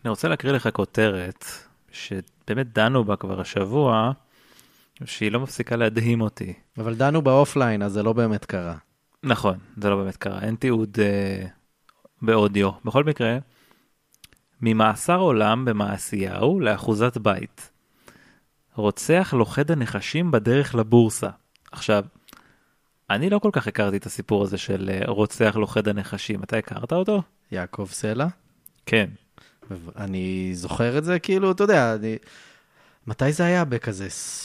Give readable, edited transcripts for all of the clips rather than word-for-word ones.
אני רוצה להקריא לך כותרת, שבאמת דנו בה כבר השבוע, שהיא לא מפסיקה להדהים אותי. אבל דנו באופליין, אז זה לא באמת קרה. נכון, זה לא באמת קרה, אין תיעוד באודיו. בכל מקרה, ממאסר עולם במעשיהו לאחוזת בית. רוצח לוכד הנחשים בדרך לבורסה. עכשיו, אני לא כל כך הכרתי את הסיפור הזה של רוצח לוכד הנחשים. אתה הכרת אותו? יעקב סלע? כן. אני זוכר את זה, כאילו, אתה יודע, מתי זה היה? בכזה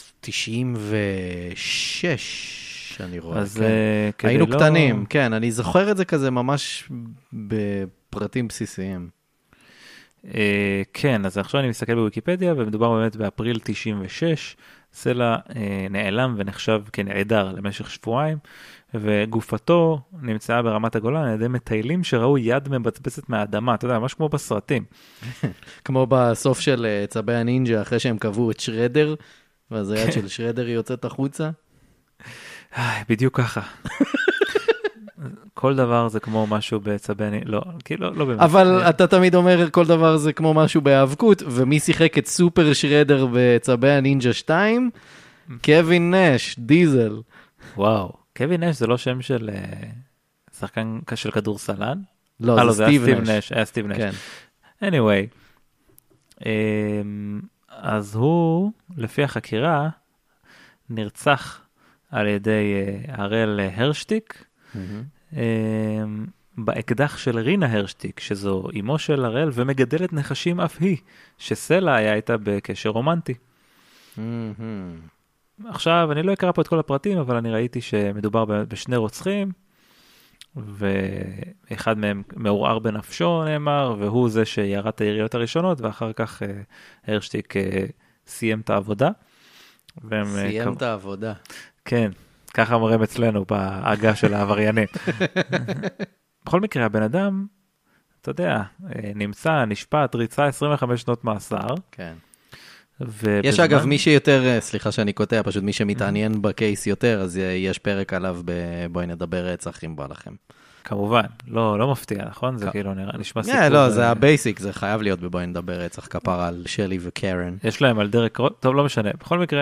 96, אני רואה. אז כן. היינו קטנים, כן, אני זוכר את זה כזה ממש בפרטים בסיסיים. כן, אז עכשיו אני מסתכל בוויקיפדיה, ומדובר באמת באפריל 96, סלע נעלם ונחשב כנעדר למשך שבועיים, וגופתו נמצאה ברמת הגולן על ידי מטיילים שראו יד מבצבצת מהאדמה, אתה יודע, ממש כמו בסרטים. כמו בסוף של צבי הנינג'ה, אחרי שהם קבעו את שרדר, ואז היד של שרדר יוצאת החוצה. בדיוק ככה. כל דבר זה כמו משהו בצבי הנינג'ה, לא, כאילו, לא באמת. אבל אתה תמיד אומר כל דבר זה כמו משהו בהיאבקות, ומי שיחק את סופר שרדר בצבי הנינג'ה 2? קווין נש, דיזל. וואו, קווין נש זה לא שם של שחקן של כדורסלן? לא, זה סטיב נש. היה סטיב נש. כן. anyway, אז הוא, לפי החקירה, נרצח על ידי הראל הרשטיק, באקדח של רינה הרשטיק, שזו אמו של הראל, ומגדלת נחשים אף היא, שסלע היה איתה בקשר רומנטי. עכשיו, אני לא אקרא פה את כל הפרטים, אבל אני ראיתי שמדובר בשני רוצחים, ואחד מהם מעורער בנפשו, נאמר, והוא זה שירד את היריות הראשונות, ואחר כך הרשטיק סיים את העבודה. סיים את העבודה. כן, ככה אומרים אצלנו בעגה של העבריינים. בכל מקרה, הבן אדם, אתה יודע, נמצא, נשפט, ריצה 25 שנות מאסר. כן. יש אגב מי שיותר, סליחה שאני קוטע, פשוט מי שמתעניין בקייס יותר, אז יש פרק עליו בואי נדבר רצח אם בא לכם. כמובן, לא מפתיע, נכון? זה כאילו נשמע סיפור. לא, זה הבייסיק, זה חייב להיות בבואי נדבר רצח כפרה על שלי וקרן. יש להם על דרק, טוב, לא משנה. בכל מקרה,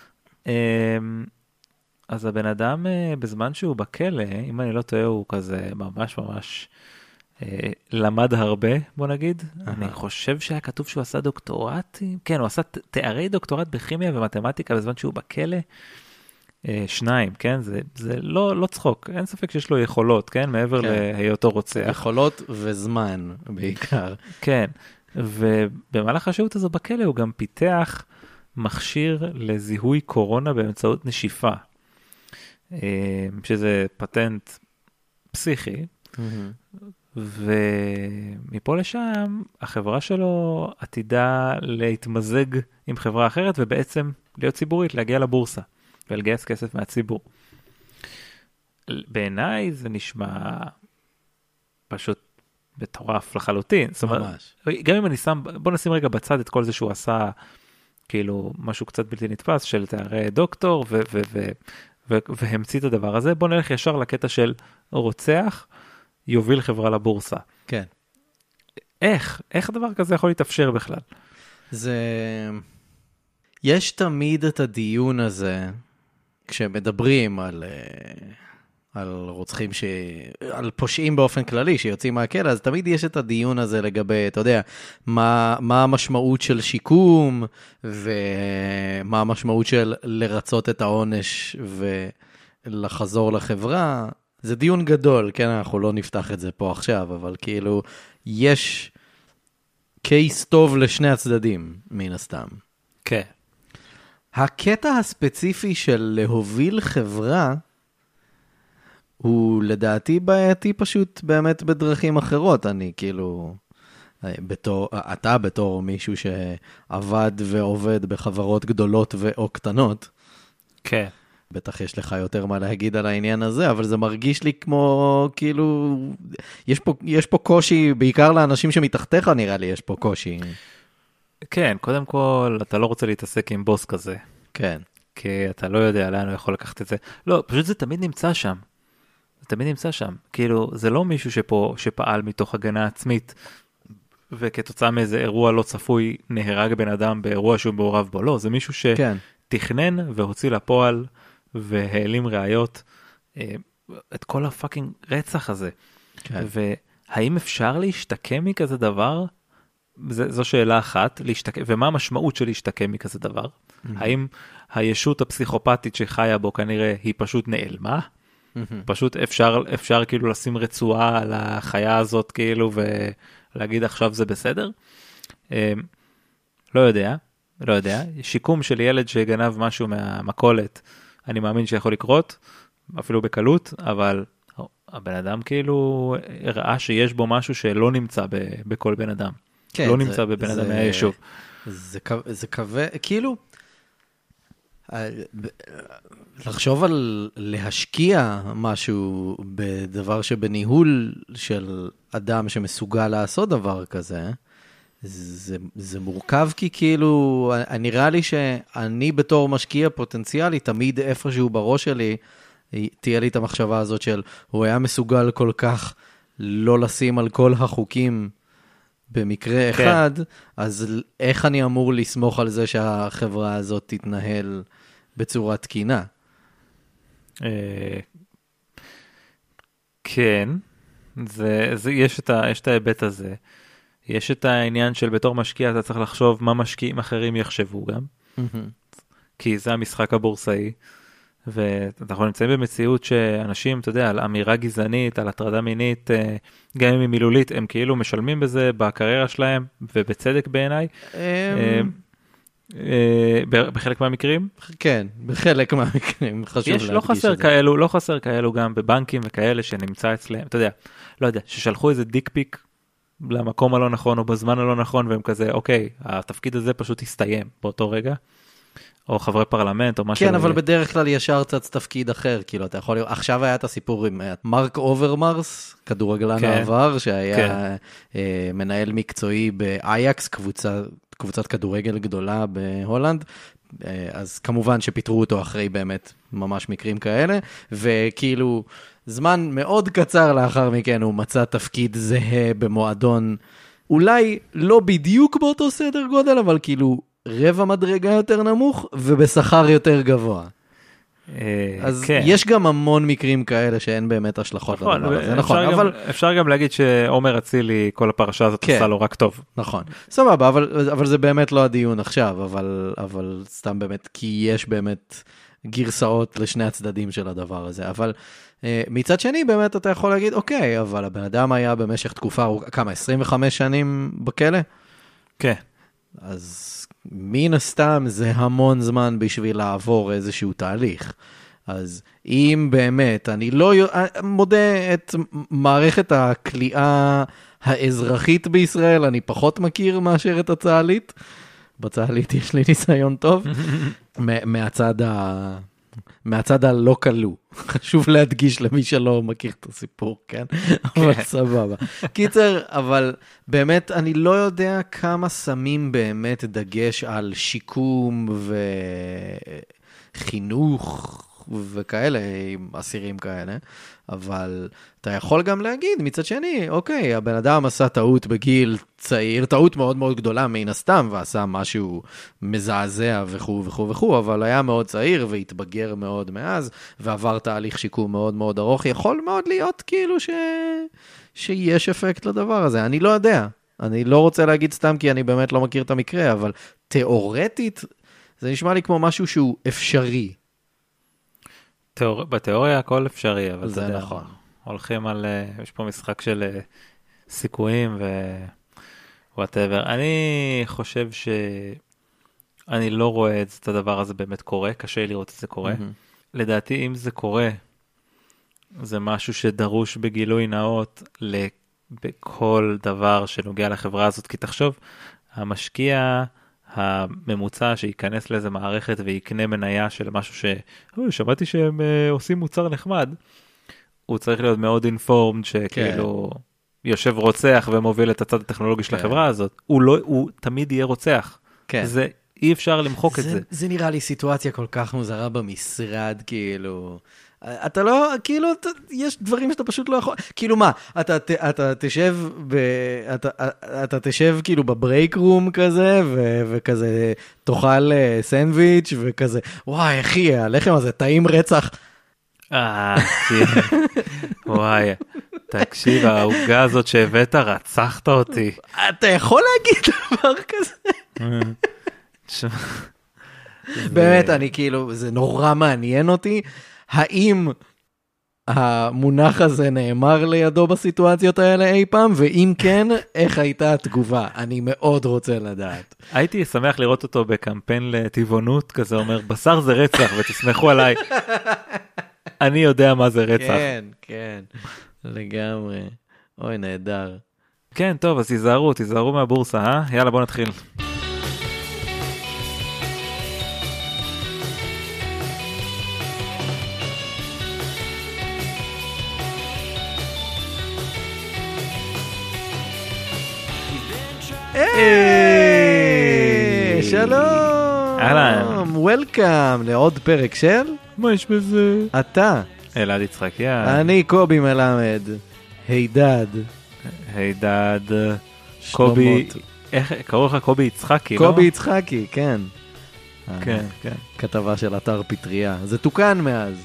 אז הבן אדם בזמן שהוא בכלא, אם אני לא טועה, הוא כזה ממש ממש למד הרבה, בוא נגיד. אני חושב שהיה כתוב שהוא עשה דוקטורטים. כן, הוא עשה תארי דוקטורט בכימיה ומתמטיקה בזמן שהוא בכלא. 2, כן? זה לא צחוק. אין ספק שיש לו יכולות, כן? מעבר להיותו רוצח. יכולות וזמן, בעיקר. כן. ובמהלך השהות הזו בכלא הוא גם פיתח מכשיר לזיהוי קורונה באמצעות נשיפה. שזה פטנט פסיכי. ומפה לשם החברה שלו עתידה להתמזג עם חברה אחרת ובעצם להיות ציבורית, להגיע לבורסה ולגייס כסף מהציבור. בעיניי זה נשמע פשוט מטורף לחלוטין. ממש. גם אם אני שם, בוא נשים רגע בצד את כל זה שהוא עשה כאילו משהו קצת בלתי נתפס של תארי דוקטור והמציא את הדבר הזה. בוא נלך ישר לקטע של רוצח יוביל חברה לבורסה. כן. איך הדבר כזה יכול להתאפשר בכלל? יש תמיד את הדיון הזה, כשמדברים על רוצחים על פושעים באופן כללי שיוצאים מהכלא, אז תמיד יש את הדיון הזה לגבי, אתה יודע, מה המשמעות של שיקום, ומה המשמעות של לרצות את העונש ולחזור לחברה. זה דיון גדול, כן, אנחנו לא נפתח את זה פה עכשיו, אבל כאילו, יש קייס טוב לשני הצדדים, מן הסתם. כן. הקטע הספציפי של להוביל חברה, הוא לדעתי בעייתי פשוט באמת בדרכים אחרות. אני כאילו, אתה בתור מישהו שעבד ועובד בחברות גדולות או קטנות, כן. בטח יש לך יותר מה להגיד על העניין הזה, אבל זה מרגיש לי כמו, כאילו, יש פה קושי, בעיקר לאנשים שמתחתיך נראה לי, יש פה קושי. כן, קודם כל, אתה לא רוצה להתעסק עם בוס כזה. כן. כי אתה לא יודע לאן הוא יכול לקחת את זה. לא, פשוט זה תמיד נמצא שם. זה תמיד נמצא שם. כאילו, זה לא מישהו שפעל מתוך הגנה עצמית, וכתוצאה מאיזה אירוע לא צפוי, נהרג בן אדם באירוע שהוא מעורב בו. לא, זה מישהו שתכנן והוציא לפועל, והעלים ראיות, את כל הפאקינג רצח הזה. כן. והאם אפשר להשתקם מכזה דבר? זו שאלה אחת, ומה המשמעות של להשתקם מכזה דבר? האם הישות הפסיכופתית שחיה בו כנראה היא פשוט נעלמה? פשוט אפשר כאילו לשים רצועה על החיה הזאת כאילו ולהגיד עכשיו זה בסדר? לא יודע. שיקום של ילד שגנב משהו מהמכולת, אני מאמין שיכול לקרות, אפילו בקלות, אבל הבן אדם כאילו הראה שיש בו משהו שלא נמצא בכל בן אדם. כן, לא נמצא בבן אדם מהיישוב. זה כזה, כאילו, לחשוב על להשקיע משהו בדבר שבניהול של אדם שמסוגל לעשות דבר כזה, זה מורכב כי כאילו, נראה לי שאני בתור משקיע פוטנציאלי, תמיד איפשהו בראש שלי, תהיה לי את המחשבה הזאת של, הוא היה מסוגל כל כך לא לשים על כל החוקים במקרה אחד, אז איך אני אמור לסמוך על זה שהחברה הזאת תתנהל בצורה תקינה? כן, יש את ההיבט הזה. יש את העניין של בתור משקיע אתה צריך לחשוב מה משקיעים אחרים יחשבו גם, כי זה המשחק הבורסאי, ואנחנו נמצאים במציאות שאנשים, אתה יודע, על אמירה גזענית, על הטרדה מינית, גם אם היא מילולית, הם כאילו משלמים בזה בקריירה שלהם, ובצדק בעיניי. בחלק מהמקרים? כן, בחלק מהמקרים, חשוב להדגיש את זה. לא חסר כאלו גם בבנקים וכאלה שנמצא אצלם, אתה יודע, לא יודע, ששלחו איזה דיק פיק למקום הלא נכון או בזמן הלא נכון, והם כזה, אוקיי, התפקיד הזה פשוט הסתיים באותו רגע. או חברי פרלמנט, או משהו. כן, אבל בדרך כלל ישר צץ תפקיד אחר, כאילו, אתה יכול לראות, עכשיו היה את הסיפור עם מרק אוברמרס, כדורגלן העבר, שהיה מנהל מקצועי באייקס, קבוצת כדורגל גדולה בהולנד, אז כמובן שפיטרו אותו אחרי באמת ממש מקרים כאלה, וכאילו, זמן מאוד קצר לאחר מכן, הוא מצא תפקיד זהה במועדון, אולי לא בדיוק באותו סדר גודל, אבל כאילו, רבע מדרגה יותר נמוך, ובשכר יותר גבוה. אז יש גם המון מקרים כאלה שאין באמת השלכות לדבר הזה. נכון, אבל אפשר גם להגיד שעומר אצילי, כל הפרשה הזאת עשה לו רק טוב. נכון, סבבה, אבל זה באמת לא הדיון עכשיו, אבל סתם באמת, כי יש באמת גרסאות לשני הצדדים של הדבר הזה. אבל מצד שני, באמת אתה יכול להגיד, אוקיי, אבל הבן אדם היה במשך תקופה, כמה, 25 שנים בכלא? כן. אז מן הסתם זה המון זמן בשביל לעבור איזשהו תהליך. אז אם באמת, אני לא מודה את מערכת הכליאה האזרחית בישראל, אני פחות מכיר מאשר את הצהלית. בצהלית יש לי ניסיון טוב. מהצד הלא קלו. חשוב להדגיש למי שלא מכיר את הסיפור, כן? אבל סבבה. קיצר, אבל באמת אני לא יודע כמה שמים באמת דגש על שיקום וחינוך וכאלה, אסירים כאלה, אבל אתה יכול גם להגיד מצד שני, אוקיי, הבן אדם עשה טעות בגיל צעיר, טעות מאוד מאוד גדולה מן הסתם, ועשה משהו מזעזע וכו' וכו' וכו', אבל היה מאוד צעיר והתבגר מאוד מאז, ועבר תהליך שיקום מאוד מאוד ארוך, יכול מאוד להיות כאילו שיש אפקט לדבר הזה, אני לא יודע, אני לא רוצה להגיד סתם כי אני באמת לא מכיר את המקרה, אבל תיאורטית זה נשמע לי כמו משהו שהוא אפשרי. בתיאוריה הכל אפשרי, אבל זה נכון. הולכים על, יש פה משחק של סיכויים whatever. אני חושב שאני לא רואה את הדבר הזה באמת קורה, קשה לראות את זה קורה. לדעתי אם זה קורה, זה משהו שדרוש בגילוי נאות בכל דבר שנוגע לחברה הזאת, כי תחשוב, המשקיע הממוצע שייכנס לאיזה מערכת ויקנה מניה של משהו שמעתי שהם עושים מוצר נחמד, הוא צריך להיות מאוד אינפורמד שכאילו יושב רוצח ומוביל את הצד הטכנולוגי של החברה הזאת. הוא תמיד יהיה רוצח. זה אי אפשר למחוק את זה. זה נראה לי סיטואציה כל כך מוזרה במשרד, כאילו, אתה לא, כאילו, יש דברים שאתה פשוט לא יכול, כאילו מה, אתה תשב כאילו בברייק רום כזה, וכזה תאכל סנדוויץ' וכזה, וואי, אחי, הלחם הזה טעים רצח. וואי, תקשיב, העוגה הזאת שהבאת, רצחת אותי. אתה יכול להגיד דבר כזה? באמת, אני כאילו, זה נורא מעניין אותי, האם המונח הזה נאמר לידו בסיטואציות האלה אי פעם, ואם כן, איך הייתה התגובה? אני מאוד רוצה לדעת. הייתי שמח לראות אותו בקמפיין לטבעונות, כזה אומר, בשר זה רצח, ותסמכו עליי. אני יודע מה זה רצח. כן, כן, לגמרי. אוי, נהדר. כן, טוב, אז תיזהרו מהבורסה, יאללה, בוא נתחיל. שלום. אהלן. וולקאם לעוד פרק של... מה יש בזה? אתה. אלעד יצחקיה. אני קובי מלמד. הידד. הידד. קובי. איך קראו לך? קובי יצחקי, לא? קובי יצחקי, כן. כן, כן. כתבה של אתר פטריה. זה תוקן מאז.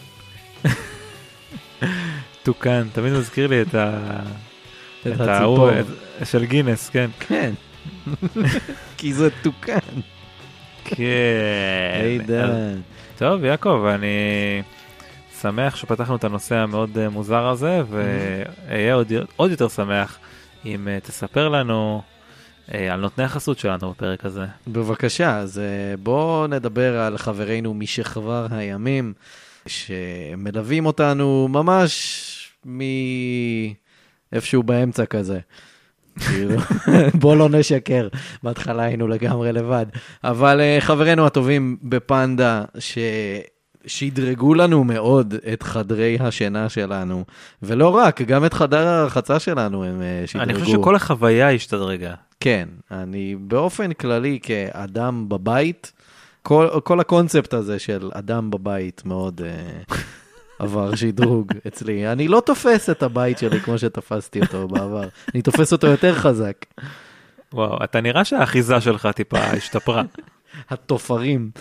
תוקן. תמיד מזכיר לי את הציפור. של גינס, כן. כן. כי זה תוקן. כן. הידד. טוב, יעקב, אני שמח שפתחנו את הנושא המאוד מוזר הזה, ואהיה עוד יותר שמח אם תספר לנו על נותני החסות שלנו בפרק הזה. בבקשה, אז בואו נדבר על חברינו משכבר הימים, שמלווים אותנו ממש מאיפשהו באמצע כזה. בוא לא נשקר, בהתחלה היינו לגמרי לבד. אבל חברינו הטובים בפנדה, ששדרגו לנו מאוד את חדרי השינה שלנו, ולא רק, גם את חדר הרחצה שלנו הם שדרגו. אני חושב שכל החוויה השתדרגה. כן, אני באופן כללי כאדם בבית, כל הקונספט הזה של אדם בבית מאוד עבר שדרוג אצלי. אני לא תופס את הבית שלי כמו שתפסתי אותו בעבר, אני תופס אותו יותר חזק. וואו, אתה נראה שהאחיזה שלך טיפה השתפרה. התופרים.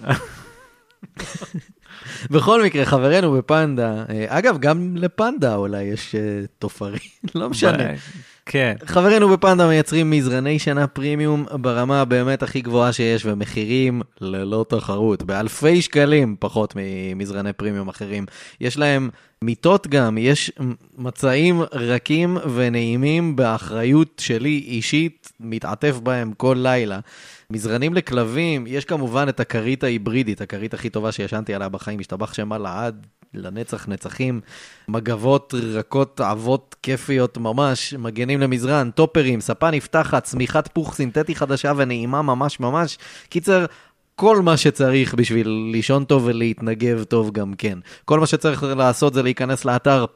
בכל מקרה, חברנו בפנדה, אגב, גם לפנדה אולי יש תופרים, לא משנה. כן. חברינו בפנדה מייצרים מזרני שינה פרימיום ברמה באמת הכי גבוהה שיש, ומחירים ללא תחרות, באלפי שקלים פחות ממזרני פרימיום אחרים. יש להם מיטות גם, יש מצעים רכים ונעימים באחריות שלי אישית, מתעטף בהם כל לילה. מזרנים לכלבים, יש כמובן את הכרית ההיברידית, הכרית הכי טובה שישנתי עליה בחיים, משתבח שמה לעד, לנצח נצחים, מגבות רכות, אבות כיפיות ממש, מגנים למזרן, טופרים, ספה נפתחת, צמיחת פוך סינתטי חדשה ונעימה ממש ממש. קיצר, כל מה שצריך בשביל לישון טוב ולהתנגב טוב גם כן. כל מה שצריך לעשות זה להיכנס לאתר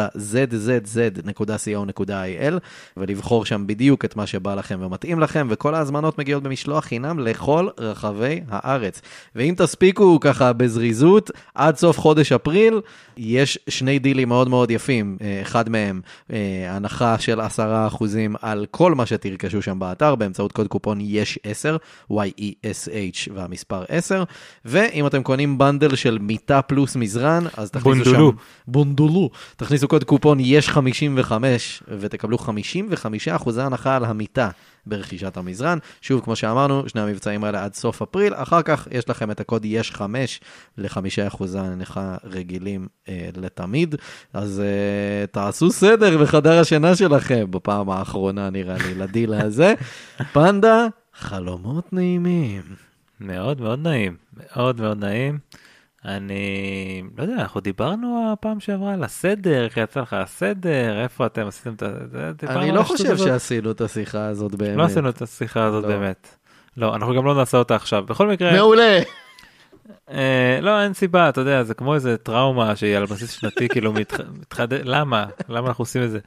panda.zzz.co.il ולבחור שם בדיוק את מה שבא לכם ומתאים לכם, וכל ההזמנות מגיעות במשלוח חינם לכל רחבי הארץ. ואם תספיקו ככה בזריזות, עד סוף חודש אפריל, יש שני דילים מאוד מאוד יפים. אחד מהם, הנחה של 10% על כל מה שתרכשו שם באתר, באמצעות קוד קופון יש 10, YESH והמספר 10, ואם אתם קונים בנדל של מיטה פלוס מזרן, אז תכניסו שם, בונדולו, תכניסו קוד קופון יש 55, ותקבלו 55% הנחה על המיטה ברכישת המזרן. שוב, כמו שאמרנו, שני המבצעים האלה עד סוף אפריל, אחר כך יש לכם את הקוד יש 5 ל5% הנחה רגילים לתמיד, אז תעשו סדר בחדר השינה שלכם, בפעם האחרונה נראה לי לדיל הזה. פנדה, חלומות נעימים. מאוד מאוד נעים, מאוד מאוד נעים. אני לא יודע, אנחנו דיברנו הפעם שעברה על הסדר, איך יצא לך הסדר, איפה אתם עשיתם את זה? אני לא חושב שעשינו את השיחה הזאת באמת. לא עשינו את השיחה הזאת באמת. לא, אנחנו גם לא נעשה אותה עכשיו. בכל מקרה... מעולה! לא, אין סיבה, אתה יודע, זה כמו איזה טראומה שהיא על בסיס שנתי, כאילו מתחדד, למה? למה אנחנו עושים את זה?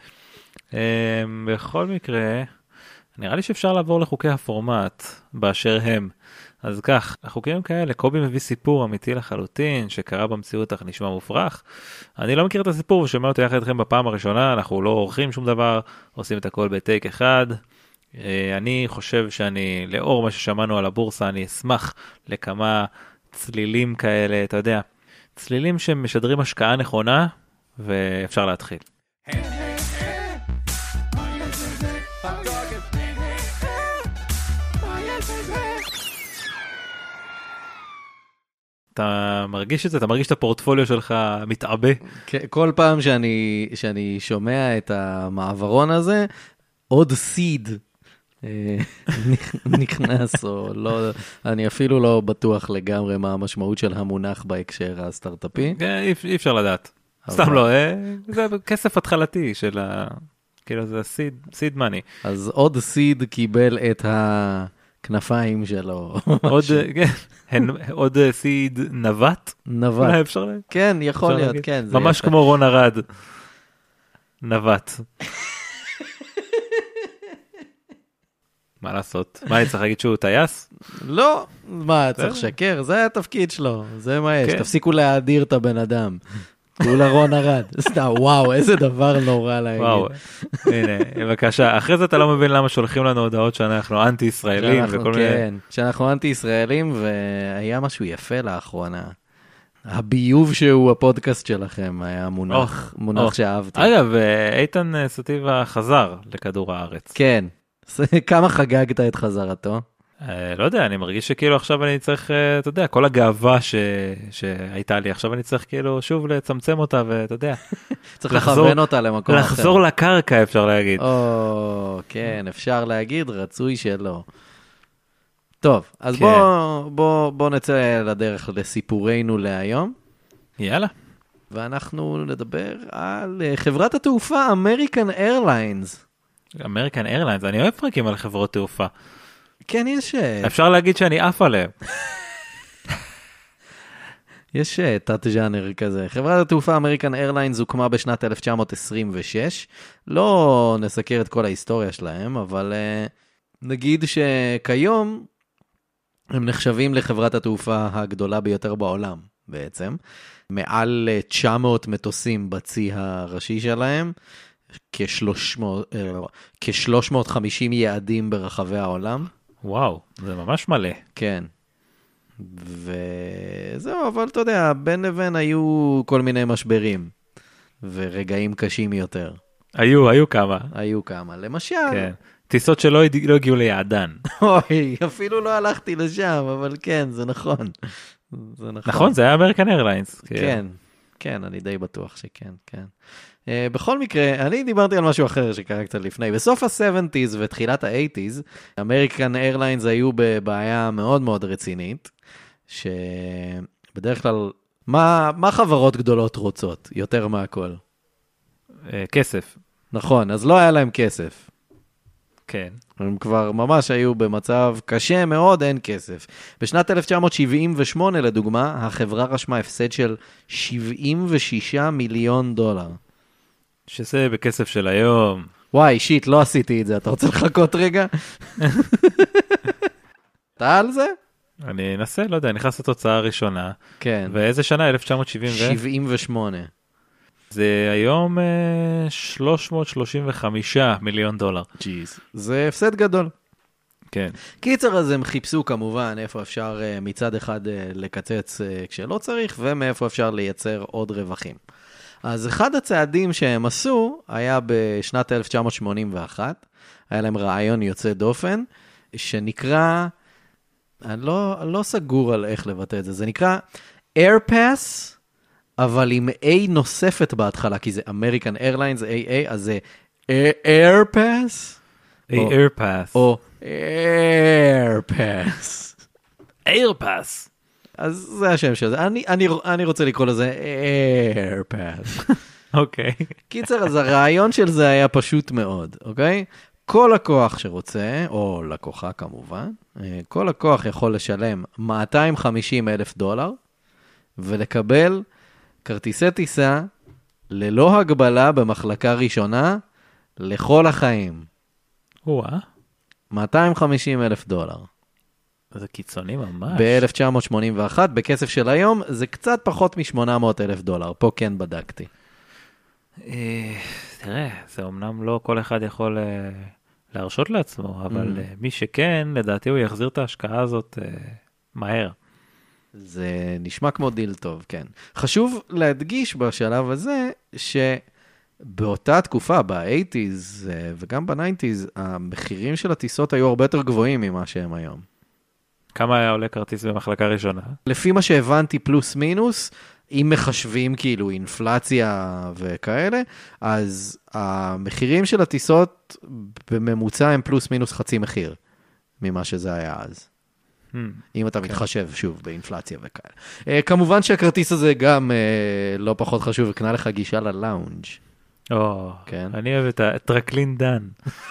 בכל מקרה, נראה לי שאפשר לעבור לחוקי הפורמט באשר הם. אז כך, החוקים כאלה, קובי מביא סיפור אמיתי לחלוטין, שקרה במציאות אך נשמע מופרך. אני לא מכיר את הסיפור ושומע אותו יחד איתכם בפעם הראשונה, אנחנו לא עורכים שום דבר, עושים את הכל בטייק אחד. אני חושב שאני, לאור מה ששמענו על הבורסה, אני אשמח לכמה צלילים כאלה, אתה יודע, צלילים שמשדרים השקעה נכונה, ואפשר להתחיל. אתה מרגיש את זה? אתה מרגיש את הפורטפוליו שלך מתעבה? כל פעם שאני שומע את המעברון הזה, עוד סיד נכנס, או לא, אני אפילו לא בטוח לגמרי מה המשמעות של המונח בהקשר הסטארט-אפי. אי אפשר לדעת. סתם לא, זה כסף התחלתי של כאילו זה סיד מאני. אז עוד סיד קיבל את הכנפיים שלו. עוד סיד נווט? נווט. אפשר להגיד? כן, יכול להיות, כן. ממש כמו רון ארד. נווט. מה לעשות? מה, אני צריך להגיד שהוא טייס? לא, מה, צריך שקר? זה התפקיד שלו, זה מה יש. תפסיקו להאדיר את הבן אדם. כולה רון ארד. סתם, וואו, איזה דבר נורא להגיד. וואו, הנה, בבקשה. אחרי זה אתה לא מבין למה שולחים לנו הודעות שאנחנו אנטי-ישראלים וכל מיני... כן, שאנחנו אנטי-ישראלים, והיה משהו יפה לאחרונה. הביוב שהוא הפודקאסט שלכם היה מונח שאהבתי. אגב, איתן סטיבה חזר לכדור הארץ. כן. כמה חגגת את חזרתו? לא יודע, אני מרגיש שכאילו עכשיו אני צריך, אתה יודע, כל הגאווה שהייתה לי, עכשיו אני צריך כאילו שוב לצמצם אותה, ואתה יודע. צריך לכוון אותה למקום אחר. לחזור לקרקע, אפשר להגיד. כן, אפשר להגיד, רצוי שלא. טוב, אז בוא נצא לדרך לסיפורנו להיום. יאללה. ואנחנו נדבר על חברת התעופה אמריקן איירליינס. אמריקן איירליינס, אני אוהב פרקים על חברות תעופה. כן, יש... אפשר להגיד שאני עף עליהם. יש תת-ז'אנר כזה. חברת התעופה אמריקן איירליינס הוקמה בשנת 1926. לא נסקר את כל ההיסטוריה שלהם, אבל נגיד שכיום הם נחשבים לחברת התעופה הגדולה ביותר בעולם בעצם. מעל 900 מטוסים בצי הראשי שלהם. כ-350 יעדים ברחבי העולם. וואו, זה ממש מלא. כן. וזהו, אבל אתה יודע, בין לבין היו כל מיני משברים, ורגעים קשים יותר. היו כמה. היו כמה. למשל... כן. טיסות שלא הגיעו ליעדן. אוי, אפילו לא הלכתי לשם, אבל כן, זה נכון. זה נכון. נכון, זה היה אמריקן איירליינס. כן, כן, אני די בטוח שכן, כן. בכל מקרה, אני דיברתי על משהו אחר שקרה קצת לפני. בסוף ה-70s ותחילת ה-80s, אמריקן איירליינס היו בבעיה מאוד מאוד רצינית, שבדרך כלל, מה חברות גדולות רוצות יותר מהכל? כסף. נכון, אז לא היה להם כסף. כן. הם כבר ממש היו במצב קשה מאוד, אין כסף. בשנת 1978, לדוגמה, החברה רשמה הפסד של $76 מיליון. שזה בכסף של היום. וואי, שיט, לא עשיתי את זה. אתה רוצה לחכות רגע? אתה על זה? אני אנסה, לא יודע, נכנס לתוצאה הראשונה. כן. ואיזה שנה? 1970 78. זה היום $335 מיליון. ג'יז. זה הפסד גדול. כן. קיצר, אז הם חיפשו כמובן איפה אפשר מצד אחד לקצץ כשלא צריך, ומאיפה אפשר לייצר עוד רווחים. אז אחד הצעדים שהם עשו היה בשנת 1981, היה להם רעיון יוצא דופן, שנקרא, אני לא סגור על איך לבטא את זה, זה נקרא AirPass, אבל עם A נוספת בהתחלה, כי זה American Airlines, AA, אז זה AirPass? AirPass. או AirPass. AirPass. אז זה השם של זה. אני רוצה לקרוא לזה AirPass. אוקיי. קיצר, אז הרעיון של זה היה פשוט מאוד, אוקיי? כל לקוח שרוצה, או לקוחה כמובן, כל לקוח יכול לשלם $250,000 ולקבל כרטיסי טיסה ללא הגבלה במחלקה ראשונה לכל החיים. וואה. $250,000. זה קיצוני ממש. ב-1981, בכסף של היום, זה קצת פחות $800,000. פה כן בדקתי. תראה, זה אמנם לא כל אחד יכול להרשות לעצמו, אבל מי שכן, לדעתי הוא יחזיר את ההשקעה הזאת מהר. זה נשמע כמו דיל טוב, כן. חשוב להדגיש בשלב הזה, שבאותה תקופה, ב-80s וגם ב-90s, המחירים של הטיסות היו הרבה יותר גבוהים ממה שהם היום. כמה היה עולה כרטיס במחלקה ראשונה? לפי מה שהבנתי פלוס מינוס, אם מחשבים כאילו אינפלציה וכאלה, אז המחירים של הטיסות בממוצע הם פלוס מינוס חצי מחיר ממה שזה היה אז. אם אתה מתחשב שוב באינפלציה וכאלה. כמובן שהכרטיס הזה גם לא פחות חשוב, וקנה לך גישה ללאונג'. אני אוהב את הטרקלין דן.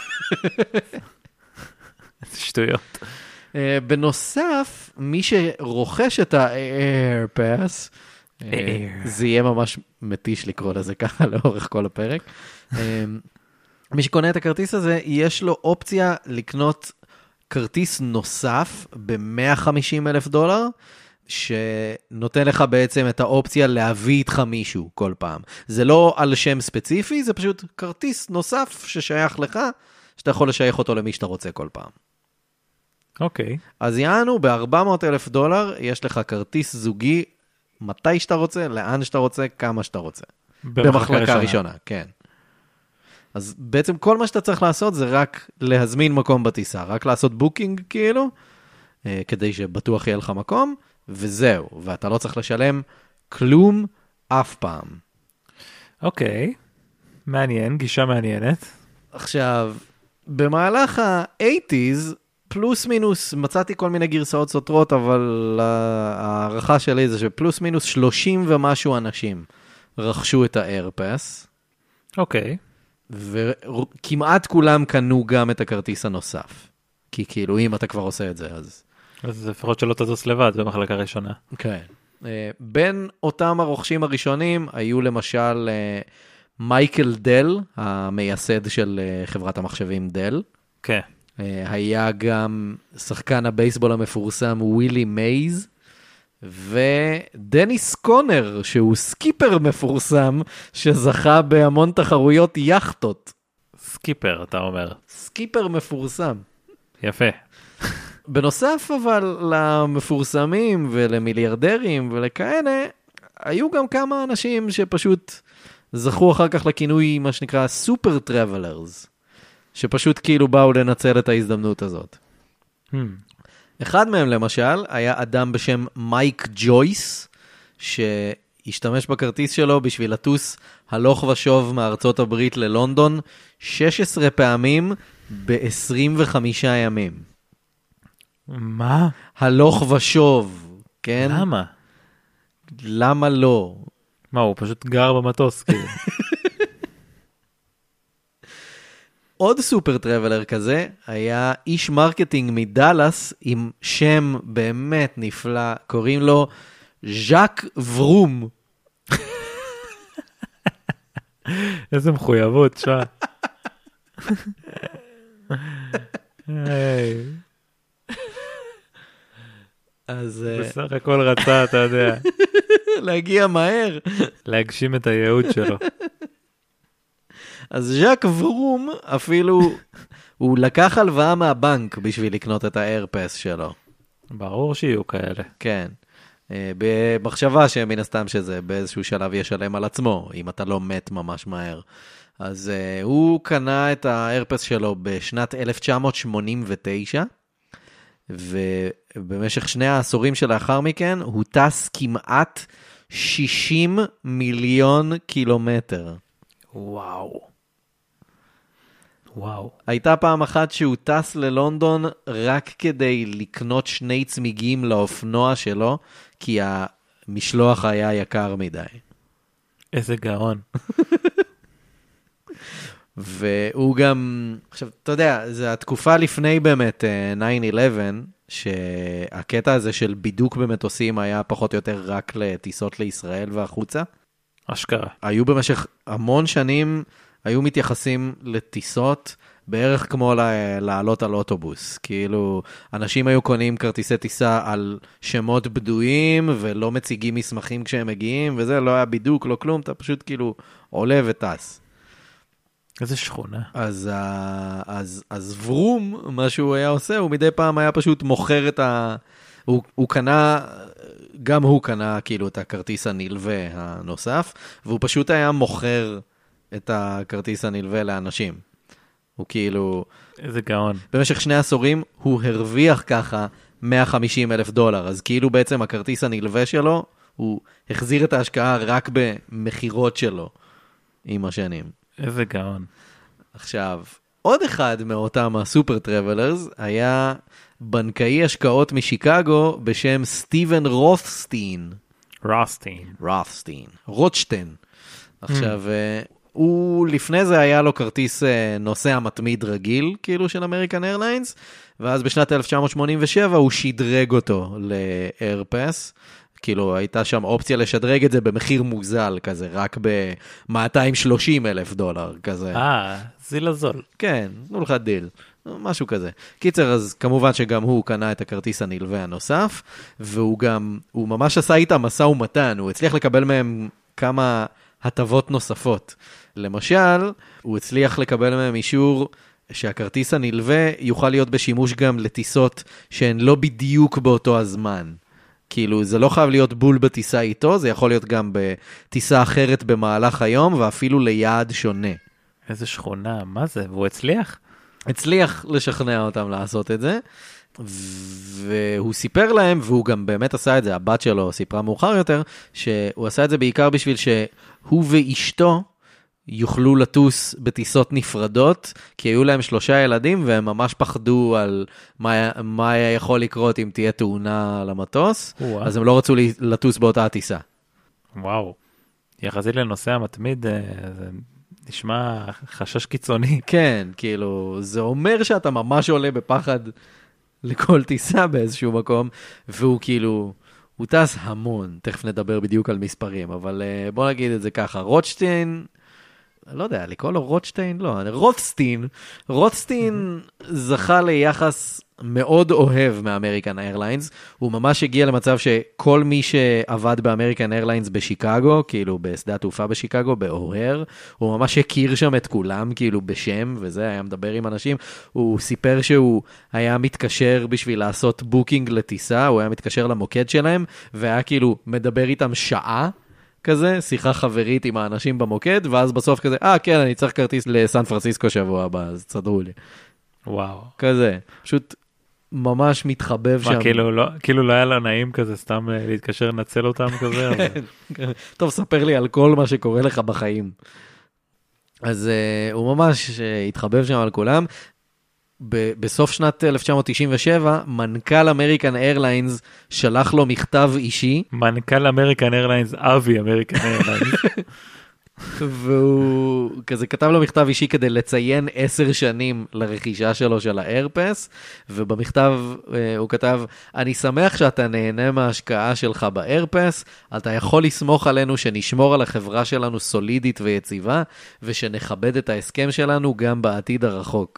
איזה שטויות. בנוסף, מי שרוכש את ה-Air Pass, זה יהיה ממש מתיש לקרוא לזה ככה לאורך כל הפרק. מי שקונה את הכרטיס הזה, יש לו אופציה לקנות כרטיס נוסף ב$150,000, שנותן לך בעצם את האופציה להביא איתך מישהו כל פעם. זה לא על שם ספציפי, זה פשוט כרטיס נוסף ששייך לך, שאתה יכול לשייך אותו למי שאתה רוצה כל פעם. אוקיי. אז יענו, ב$400,000 יש לך כרטיס זוגי, מתי שאתה רוצה, לאן שאתה רוצה, כמה שאתה רוצה. במחלקה ראשונה, כן. אז בעצם כל מה שאתה צריך לעשות זה רק להזמין מקום בטיסה, רק לעשות בוקינג כאילו, כדי שבטוח יהיה לך מקום, וזהו, ואתה לא צריך לשלם כלום אף פעם. אוקיי, מעניין, גישה מעניינת. עכשיו, במהלך ה-80s, פלוס מינוס, מצאתי כל מיני גרסאות סותרות, אבל הערכה שלי זה שפלוס מינוס 30 ומשהו אנשים רכשו את ה-AirPass. אוקיי. וכמעט כולם קנו גם את הכרטיס הנוסף. כי כאילו, אם אתה כבר עושה את זה, אז... אז לפחות שלא תטוס לבד במחלקה ראשונה. כן. בין אותם הרוכשים הראשונים, היו למשל מייקל דל, המייסד של חברת המחשבים דל. כן. היה גם שחקן הבייסבול המפורסם ווילי מייז, ודניס קונר, שהוא סקיפר מפורסם, שזכה בהמון תחרויות יחטות. סקיפר, אתה אומר. סקיפר מפורסם. יפה. בנוסף אבל למפורסמים ולמיליארדרים ולכאלה, היו גם כמה אנשים שפשוט זכו אחר כך לכינוי מה שנקרא סופר טראבלרס, שפשוט כאילו באו לנצל את ההזדמנות הזאת. אחד מהם למשל היה אדם בשם מייק ג'ויס, שהשתמש בכרטיס שלו בשביל לטוס הלוך ושוב מארצות הברית ללונדון 16 פעמים ב-25 ימים. מה? הלוך ושוב, כן? למה? למה לא? מה, הוא פשוט גר במטוס, כאילו. עוד סופר טראבלר כזה היה איש מרקטינג מדלס עם שם באמת נפלא, קוראים לו ז'אק ורום. איזה מחויבות, שעה. אז בסך הכל רצה, אתה יודע. להגיע מהר. להגשים את הייעוד שלו. אז ז'אק ורום אפילו, הוא לקח הלוואה מהבנק בשביל לקנות את האיירפס שלו. ברור שיהיו כאלה. כן. במחשבה שמן הסתם שזה באיזשהו שלב ישלם על עצמו, אם אתה לא מת ממש מהר. אז הוא קנה את האיירפס שלו בשנת 1989, ובמשך 2 העשורים שלאחר מכן, הוא טס כמעט 60 מיליון קילומטר. וואו. וואו. הייתה פעם אחת שהוא טס ללונדון רק כדי לקנות 2 צמיגים לאופנוע שלו, כי המשלוח היה יקר מדי. איזה גאון. והוא גם, עכשיו, אתה יודע, זו התקופה לפני באמת 9/11, שהקטע הזה של בידוק במטוסים היה פחות או יותר רק לטיסות לישראל והחוצה. אשכרה. היו במשך המון שנים, היו מתייחסים לטיסות בערך כמו לעלות על אוטובוס. כאילו, אנשים היו קונים כרטיסי טיסה על שמות בדויים, ולא מציגים מסמכים כשהם מגיעים, וזה לא היה בידוק, לא כלום, אתה פשוט כאילו עולה וטס. איזה שכונה. אז ורום, מה שהוא היה עושה, הוא מדי פעם היה פשוט מוכר את הוא קנה, גם הוא קנה כאילו את הכרטיס הנלווה הנוסף, והוא פשוט היה מוכר את הכרטיס הנלווה לאנשים. הוא כאילו... איזה גאון. במשך 2 עשורים הוא הרוויח ככה $150,000, אז כאילו בעצם הכרטיס הנלווה שלו, הוא החזיר את ההשקעה רק במחירות שלו עם השנים. איזה גאון. עכשיו, עוד אחד מאותם הסופר טרבלרס היה בנקאי השקעות משיקגו בשם סטיבן רוטשטיין. רוטשטיין. עכשיו, הוא לפני זה היה לו כרטיס נוסע מתמיד רגיל, כאילו של אמריקן איירליינס, ואז בשנת 1987 הוא שדרג אותו לאיירפס, כאילו הייתה שם אופציה לשדרג את זה במחיר מוזל כזה, רק $230,000 כזה. זיל הזול. כן, תנו לך דיל, משהו כזה. קיצר, אז כמובן שגם הוא קנה את הכרטיס הנלווה הנוסף, והוא גם, הוא ממש עשה איתה מסע ומתן, הוא הצליח לקבל מהם כמה הטבות נוספות. למשל, הוא הצליח לקבל מהם אישור שהכרטיס הנלווה יוכל להיות בשימוש גם לטיסות שהן לא בדיוק באותו הזמן. כאילו, זה לא חייב להיות בול בטיסה איתו, זה יכול להיות גם בטיסה אחרת במהלך היום, ואפילו ליעד שונה. איזה שכונה, מה זה? והוא הצליח? הצליח לשכנע אותם לעשות את זה, והוא סיפר להם, והוא גם באמת עשה את זה, הבת שלו סיפרה מאוחר יותר, שהוא עשה את זה בעיקר בשביל שהוא ואשתו יוכלו לטוס בטיסות נפרדות, כי היו להם 3 ילדים, והם ממש פחדו על מה היה יכול לקרות אם תהיה תאונה על המטוס, אז הם לא רצו לטוס באותה הטיסה. וואו, יחסית לנושא המתמיד, זה נשמע חשש קיצוני. כן, כאילו, זה אומר שאתה ממש עולה בפחד לכל טיסה באיזשהו מקום, והוא כאילו, הוא טס המון, תכף נדבר בדיוק על מספרים, אבל בוא נגיד את זה ככה, רוטשטיין, לא יודע, לקרוא לו רוטשטיין? לא, רוטשטיין זכה ליחס מאוד אוהב מאמריקן איירליינס, הוא ממש הגיע למצב שכל מי שעבד באמריקן איירליינס בשיקגו, כאילו בשדה התעופה בשיקגו, באוהר, הוא ממש הכיר שם את כולם, כאילו בשם, וזה היה מדבר עם אנשים, הוא סיפר שהוא היה מתקשר בשביל לעשות בוקינג לטיסה, הוא היה מתקשר למוקד שלהם, והיה כאילו מדבר איתם שעה, כזה, שיחה חברית עם האנשים במוקד, ואז בסוף כזה, כן, אני צריך כרטיס לסן פרנסיסקו שבוע הבא, אז תסדרו לי. וואו. כזה, פשוט ממש מתחבב שם. כאילו לא היה לו נעים כזה, סתם להתקשר לנצל אותם כזה? טוב, ספר לי על כל מה שקורה לך בחיים. אז הוא ממש התחבב שם על כולם. בסוף שנת 1997, מנכ"ל אמריקן איירליינס שלח לו מכתב אישי. מנכ"ל אמריקן איירליינס, אבי אמריקן איירליינס. והוא כזה כתב לו מכתב אישי כדי לציין 10 שנים לרכישה שלו של האיירפס, ובמכתב הוא כתב, אני שמח שאתה נהנה מההשקעה שלך באיירפס, אתה יכול לסמוך עלינו שנשמור על החברה שלנו סולידית ויציבה, ושנכבד את ההסכם שלנו גם בעתיד הרחוק.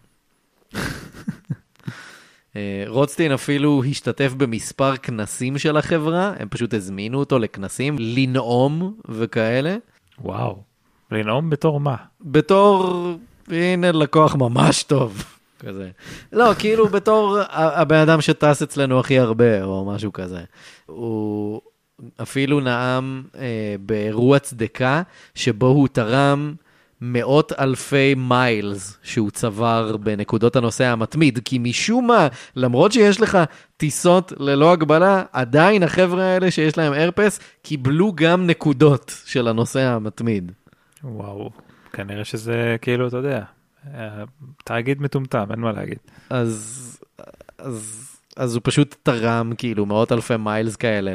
רוטשטיין אפילו השתתף במספר כנסים של החברה, הם פשוט הזמינו אותו לכנסים, לנאום וכאלה. וואו, לנאום בתור מה? בתור, הנה לקוח ממש טוב, כזה. לא, כאילו בתור הבן אדם שטס אצלנו הכי הרבה, או משהו כזה. הוא אפילו נאם באירוע צדקה, שבו הוא תרם 100,000 מיילס שהוא צבר בנקודות הנוסע המתמיד, כי משום מה, למרות שיש לך טיסות ללא הגבלה, עדיין החבר'ה האלה שיש להם איירפס, קיבלו גם נקודות של הנוסע המתמיד. וואו, כנראה שזה כאילו, אתה יודע, תאגיד מטומטם, אין מה להגיד. אז הוא פשוט תרם כאילו 100,000 מיילס כאלה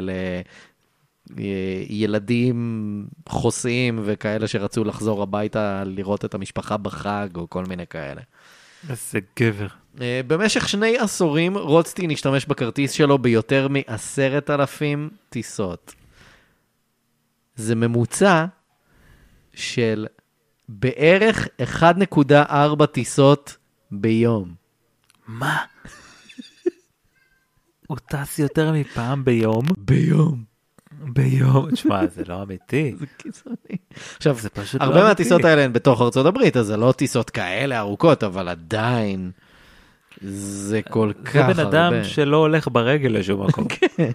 ילדים חוסים וכאלה שרצו לחזור הביתה לראות את המשפחה בחג או כל מיני כאלה. איזה גבר. במשך 2 עשורים רוטשטיין השתמש בכרטיס שלו ביותר מ10,000 טיסות. זה ממוצע של בערך 1.4 טיסות ביום. מה? הוא טס יותר מפעם ביום? ביום. תשמע, זה לא אמיתי. זה קיצוני. עכשיו, זה פשוט לא הרבה אמיתי. מהטיסות האלה הן בתוך ארצות הברית, אז זה לא טיסות כאלה ארוכות, אבל עדיין זה כל כך הרבה. זה בן אדם שלא הולך ברגל לשום מקום. כן.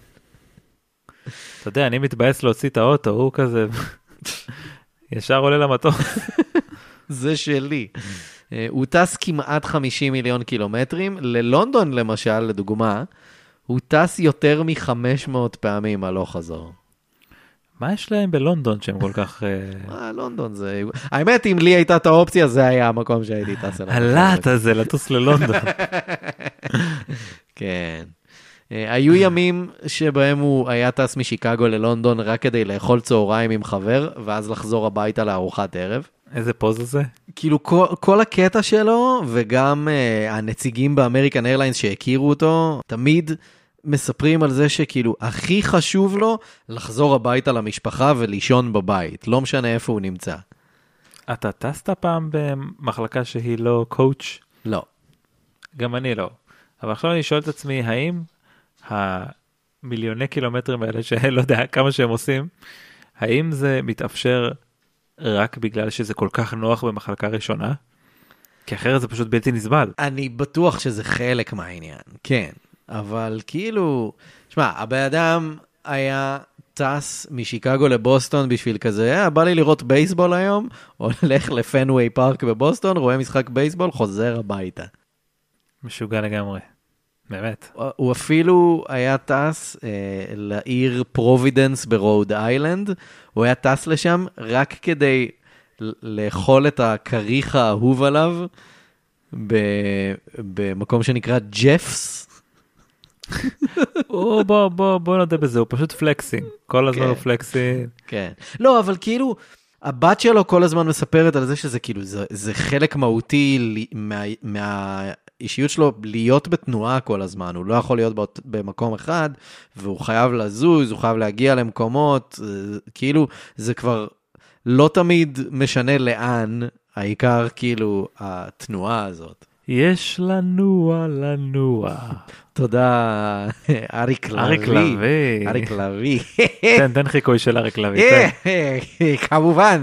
אתה יודע, אני מתבאס להוציא את האוטו, הוא כזה ישר עולה למטוס. זה שלי. הוא טס כמעט 50 מיליון קילומטרים. ללונדון, למשל, לדוגמה, הוא טס יותר מ-500 פעמים הלוך חזור. מה יש להם בלונדון שהם כל כך... לונדון זה... האמת, אם לי הייתה את האופציה, זה היה המקום שהייתי טס אליו. הלהט הזה, לטוס ללונדון. כן. היו ימים שבהם הוא היה טס משיקגו ללונדון רק כדי לאכול צהריים עם חבר, ואז לחזור הביתה לארוחת ערב. איזה פוז זה? כאילו כל הקטע שלו, וגם הנציגים באמריקן איירליינס שהכירו אותו, תמיד מספרים על זה שכאילו הכי חשוב לו לחזור הביתה למשפחה ולישון בבית, לא משנה איפה הוא נמצא. אתה טסת פעם במחלקה שהיא לא קואוץ'? לא. גם אני לא. אבל עכשיו אני שואל את עצמי, האם המיליוני קילומטרים האלה, שלא יודע כמה שהם עושים, האם זה מתאפשר רק בגלל שזה כל כך נוח במחלקה ראשונה? כי אחרת זה פשוט בלתי נסבל. אני בטוח שזה חלק מהעניין, כן. אבל כאילו, שמע, הבן אדם היה טס משיקגו לבוסטון בשביל כזה, בא לי לראות בייסבול היום, הולך לפנוויי פארק בבוסטון, רואה משחק בייסבול, חוזר הביתה. משוגע לגמרי. באמת. הוא אפילו היה טס לעיר פרובידנס ברוד איילנד, הוא היה טס לשם רק כדי לאכול את הכריך האהוב עליו, במקום שנקרא ג'פס. בוא נודה בזה, הוא פשוט פלקסינג. כל הזמן הוא פלקסינג. כן. לא, אבל כאילו, הבת שלו כל הזמן מספרת על זה שזה כאילו, זה חלק מהותי מהאישיות שלו להיות בתנועה כל הזמן. הוא לא יכול להיות במקום אחד, והוא חייב לזוז, הוא חייב להגיע למקומות, כאילו, זה כבר לא תמיד משנה לאן, העיקר כאילו התנועה הזאת. יש לנוע. תודה, אריק לוי. אריק לוי. תן חיקוי של אריק לוי. כמובן.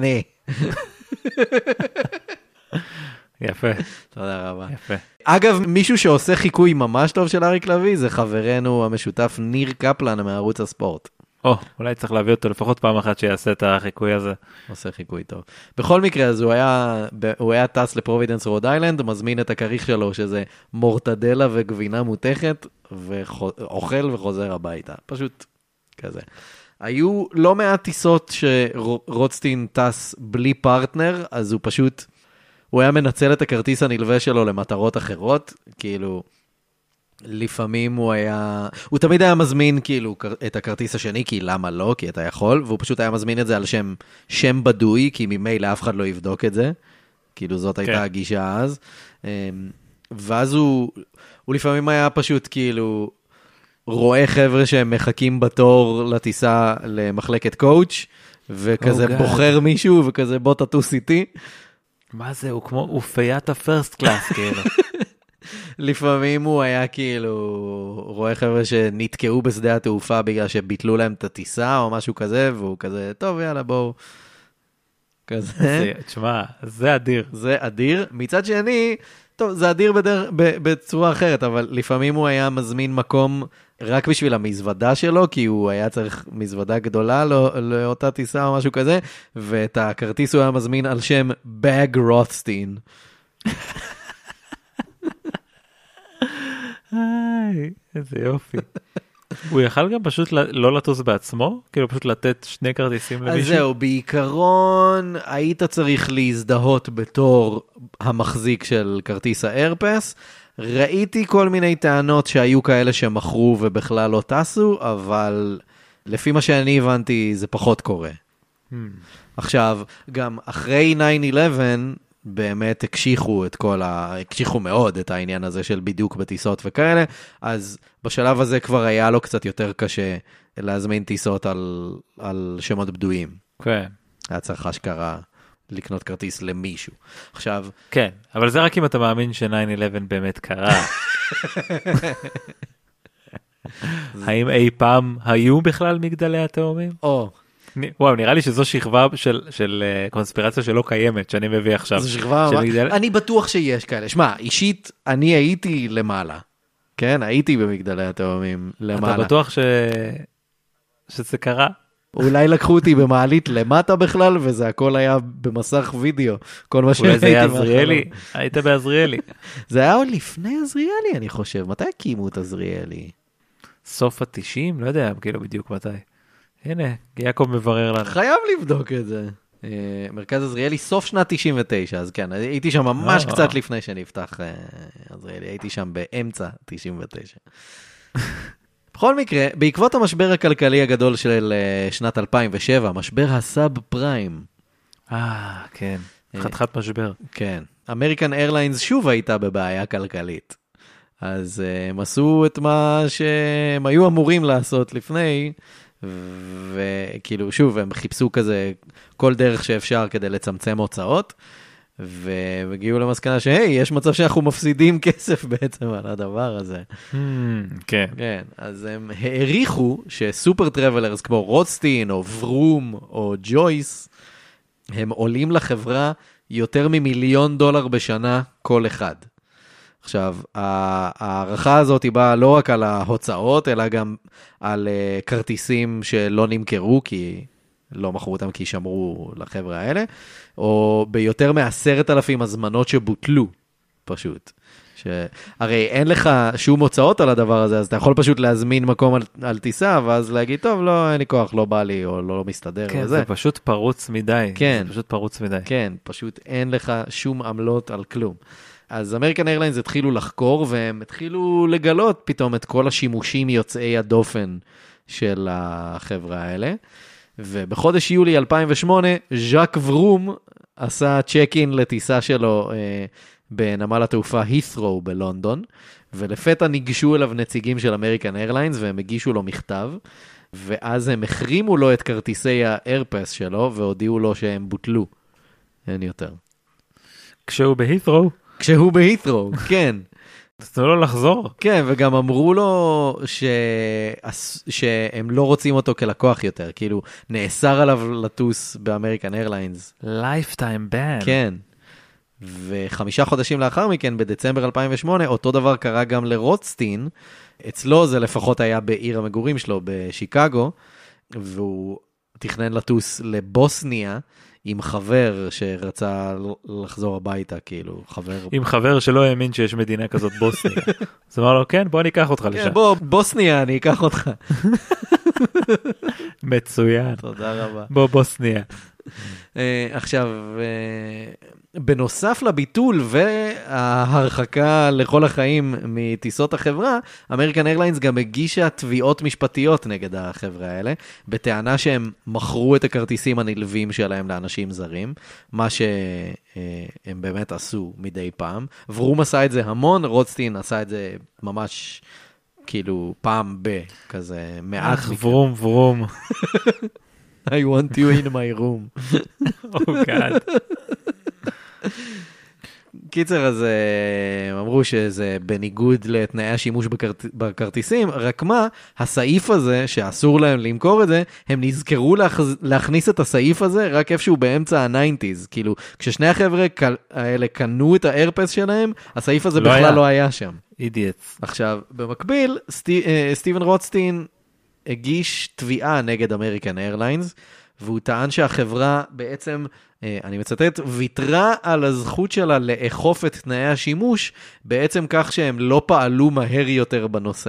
יפה. תודה רבה. יפה. אגב, מישהו שעושה חיקוי ממש טוב של אריק לוי, זה חברנו המשותף ניר קפלן מערוץ הספורט. אולי צריך להביא אותו לפחות פעם אחת שיעשה את החיקוי הזה. עושה חיקוי טוב. בכל מקרה, אז הוא היה טס לפרובידנס רוד איילנד, מזמין את הכריך שלו, שזה מורטדלה וגבינה מותכת, ואוכל וחוזר הביתה. פשוט כזה. היו לא מעט טיסות שרוטסטין טס בלי פרטנר, אז הוא היה מנצל את הכרטיס הנלווה שלו למטרות אחרות, כאילו... לפעמים הוא תמיד היה מזמין כאילו את הכרטיס השני, כי למה לא? כי אתה יכול, והוא פשוט היה מזמין את זה על שם בדוי, כי ממילא אף אחד לא יבדוק את זה, כאילו זאת הייתה הגישה אז, ואז הוא לפעמים היה פשוט כאילו, רואה חבר'ה שהם מחכים בתור לטיסה למחלקת קואוץ', וכזה בוחר מישהו, וכזה בוא תטוס איתי. מה זה? הוא כמו אופיית הפרסט קלאס, כאילו. לפעמים הוא היה כאילו, רואה חבר'ה שנתקעו בשדה התעופה בגלל שביטלו להם את הטיסה או משהו כזה, והוא כזה, טוב יאללה בואו. כזה. תשמע, זה אדיר. זה אדיר. מצד שני, טוב, זה אדיר בצורה אחרת, אבל לפעמים הוא היה מזמין מקום רק בשביל המזוודה שלו, כי הוא היה צריך מזוודה גדולה לאותה טיסה או משהו כזה, ואת הכרטיס הוא היה מזמין על שם באג רוטסטין. איזה יופי. הוא יכל גם פשוט לא לטוס בעצמו? כאילו פשוט לתת שני כרטיסים למישהו? אז זהו, בעיקרון היית צריך להזדהות בתור המחזיק של כרטיס האיירפס. ראיתי כל מיני טענות שהיו כאלה שמכרו ובכלל לא טסו, אבל לפי מה שאני הבנתי זה פחות קורה. עכשיו, גם אחרי 9/11, באמת הקשיחו מאוד את העניין הזה של בידוק בטיסות וכאלה, אז בשלב הזה כבר היה לו קצת יותר קשה להזמין טיסות על שמות בדויים. כן. היה צריך אשכרה לקנות כרטיס למישהו. עכשיו... כן, אבל זה רק אם אתה מאמין ש-9/11 באמת קרה. האם אי פעם היו בכלל מגדלי התאומים? וואו, נראה לי שזו שכבה של קונספירציה שלא קיימת, שאני מביא עכשיו. זו שכבה, אני בטוח שיש כאלה. שמע, אישית, אני הייתי למעלה. כן, הייתי במגדלי התאומים למעלה. אתה בטוח שזה קרה? אולי לקחו אותי במעלית למטה בכלל, וזה הכל היה במסך וידאו. אולי זה היה עזריאלי? היית בעזריאלי. זה היה עוד לפני עזריאלי, אני חושב. מתי הקימו את עזריאלי? סוף ה-90? לא יודע, כאילו בדיוק מתי. הנה, יעקב מברר לנו. חייב לבדוק את זה. מרכז עזריאלי, סוף שנת 99, אז כן, הייתי שם ממש קצת לפני שנפתח עזריאלי, הייתי שם באמצע 99. בכל מקרה, בעקבות המשבר הכלכלי הגדול של שנת 2007, משבר הסאב פריים. כן, חתיכת משבר. כן, אמריקן איירליינס שוב הייתה בבעיה כלכלית. אז הם עשו את מה שהם היו אמורים לעשות לפני, וכאילו שוב הם חיפשו כזה כל דרך שאפשר כדי לצמצם הוצאות, והגיעו למסקנה שהי, יש מצב שאנחנו מפסידים כסף בעצם על הדבר הזה. כן. כן, אז הם העריכו שסופר טרבלרס כמו רודסטין או ורום או ג'ויס, הם עולים לחברה יותר $1,000,000 בשנה כל אחד. עכשיו, הערכה הזאת היא באה לא רק על ההוצאות, אלא גם על כרטיסים שלא נמכרו, כי לא מכרו אותם כי שמרו לחבר'ה האלה, או ביותר מ10,000 הזמנות שבוטלו, פשוט. הרי אין לך שום הוצאות על הדבר הזה, אז אתה יכול פשוט להזמין מקום על טיסה, ואז להגיד, טוב, לא, אין לי כוח, לא בא לי, או לא מסתדר. כן, זה פשוט פרוץ מדי. כן. זה פשוט פרוץ מדי. כן, פשוט אין לך שום עמלות על כלום. אז אמריקן איירליינס התחילו לחקור, והם התחילו לגלות פתאום את כל השימושים יוצאי הדופן של החברה האלה. ובחודש יולי 2008, ז'אק ורום עשה צ'ק-אין לטיסה שלו בנמל התעופה הית'רו בלונדון, ולפתע ניגשו אליו נציגים של אמריקן איירליינס, והם הגישו לו מכתב, ואז הם החרימו לו את כרטיסי האיירפס שלו, והודיעו לו שהם בוטלו. אין יותר. כשהוא בהית'רו? כשהוא בהית'רו, כן. תנו לו לחזור. כן, וגם אמרו לו שהם לא רוצים אותו כלקוח יותר, כאילו נאסר עליו לטוס באמריקן איירליינס. Lifetime ban. כן. ו5 חודשים לאחר מכן, בדצמבר 2008, אותו דבר קרה גם לרודסטין. אצלו זה לפחות היה בעיר המגורים שלו, בשיקגו, והוא תכנן לטוס לבוסניה, עם חבר שרצה לחזור הביתה, כאילו, חבר... עם חבר שלא האמין שיש מדינה כזאת בוסניה. אז אמר לו, כן, בוא אני אקח אותך לשם. כן, בוא, בוסניה, אני אקח אותך. מצוין. תודה רבה. בוא, בוסניה. עכשיו, בנוסף לביטול וההרחקה לכל החיים מטיסות החברה, אמריקן איירליינס גם הגישה תביעות משפטיות נגד החברה האלה, בטענה שהם מכרו את הכרטיסים הנלווים שלהם לאנשים זרים, מה שהם באמת עשו מדי פעם. ורום עשה את זה המון, רודסטין עשה את זה ממש כאילו פעם כזה מעט. ורום. I want you in my room. Oh God. קיצר, אז הם אמרו שזה בניגוד לתנאי השימוש בכרטיסים, רק מה, הסעיף הזה, שאסור להם למכור את זה, הם נזכרו להכניס את הסעיף הזה רק איפשהו באמצע ה-90s. כאילו, כששני החבר'ה האלה קנו את האיירפס שלהם, הסעיף הזה בכלל לא היה שם. אידיאטס. עכשיו, במקביל, סטיבן רודסטין הגיש תביעה נגד אמריקן איירליינס, והוא טען שהחברה בעצם, אני מצטט, ויתרה על הזכות שלה לאכוף את תנאי השימוש, בעצם כך שהם לא פעלו מהר יותר בנושא.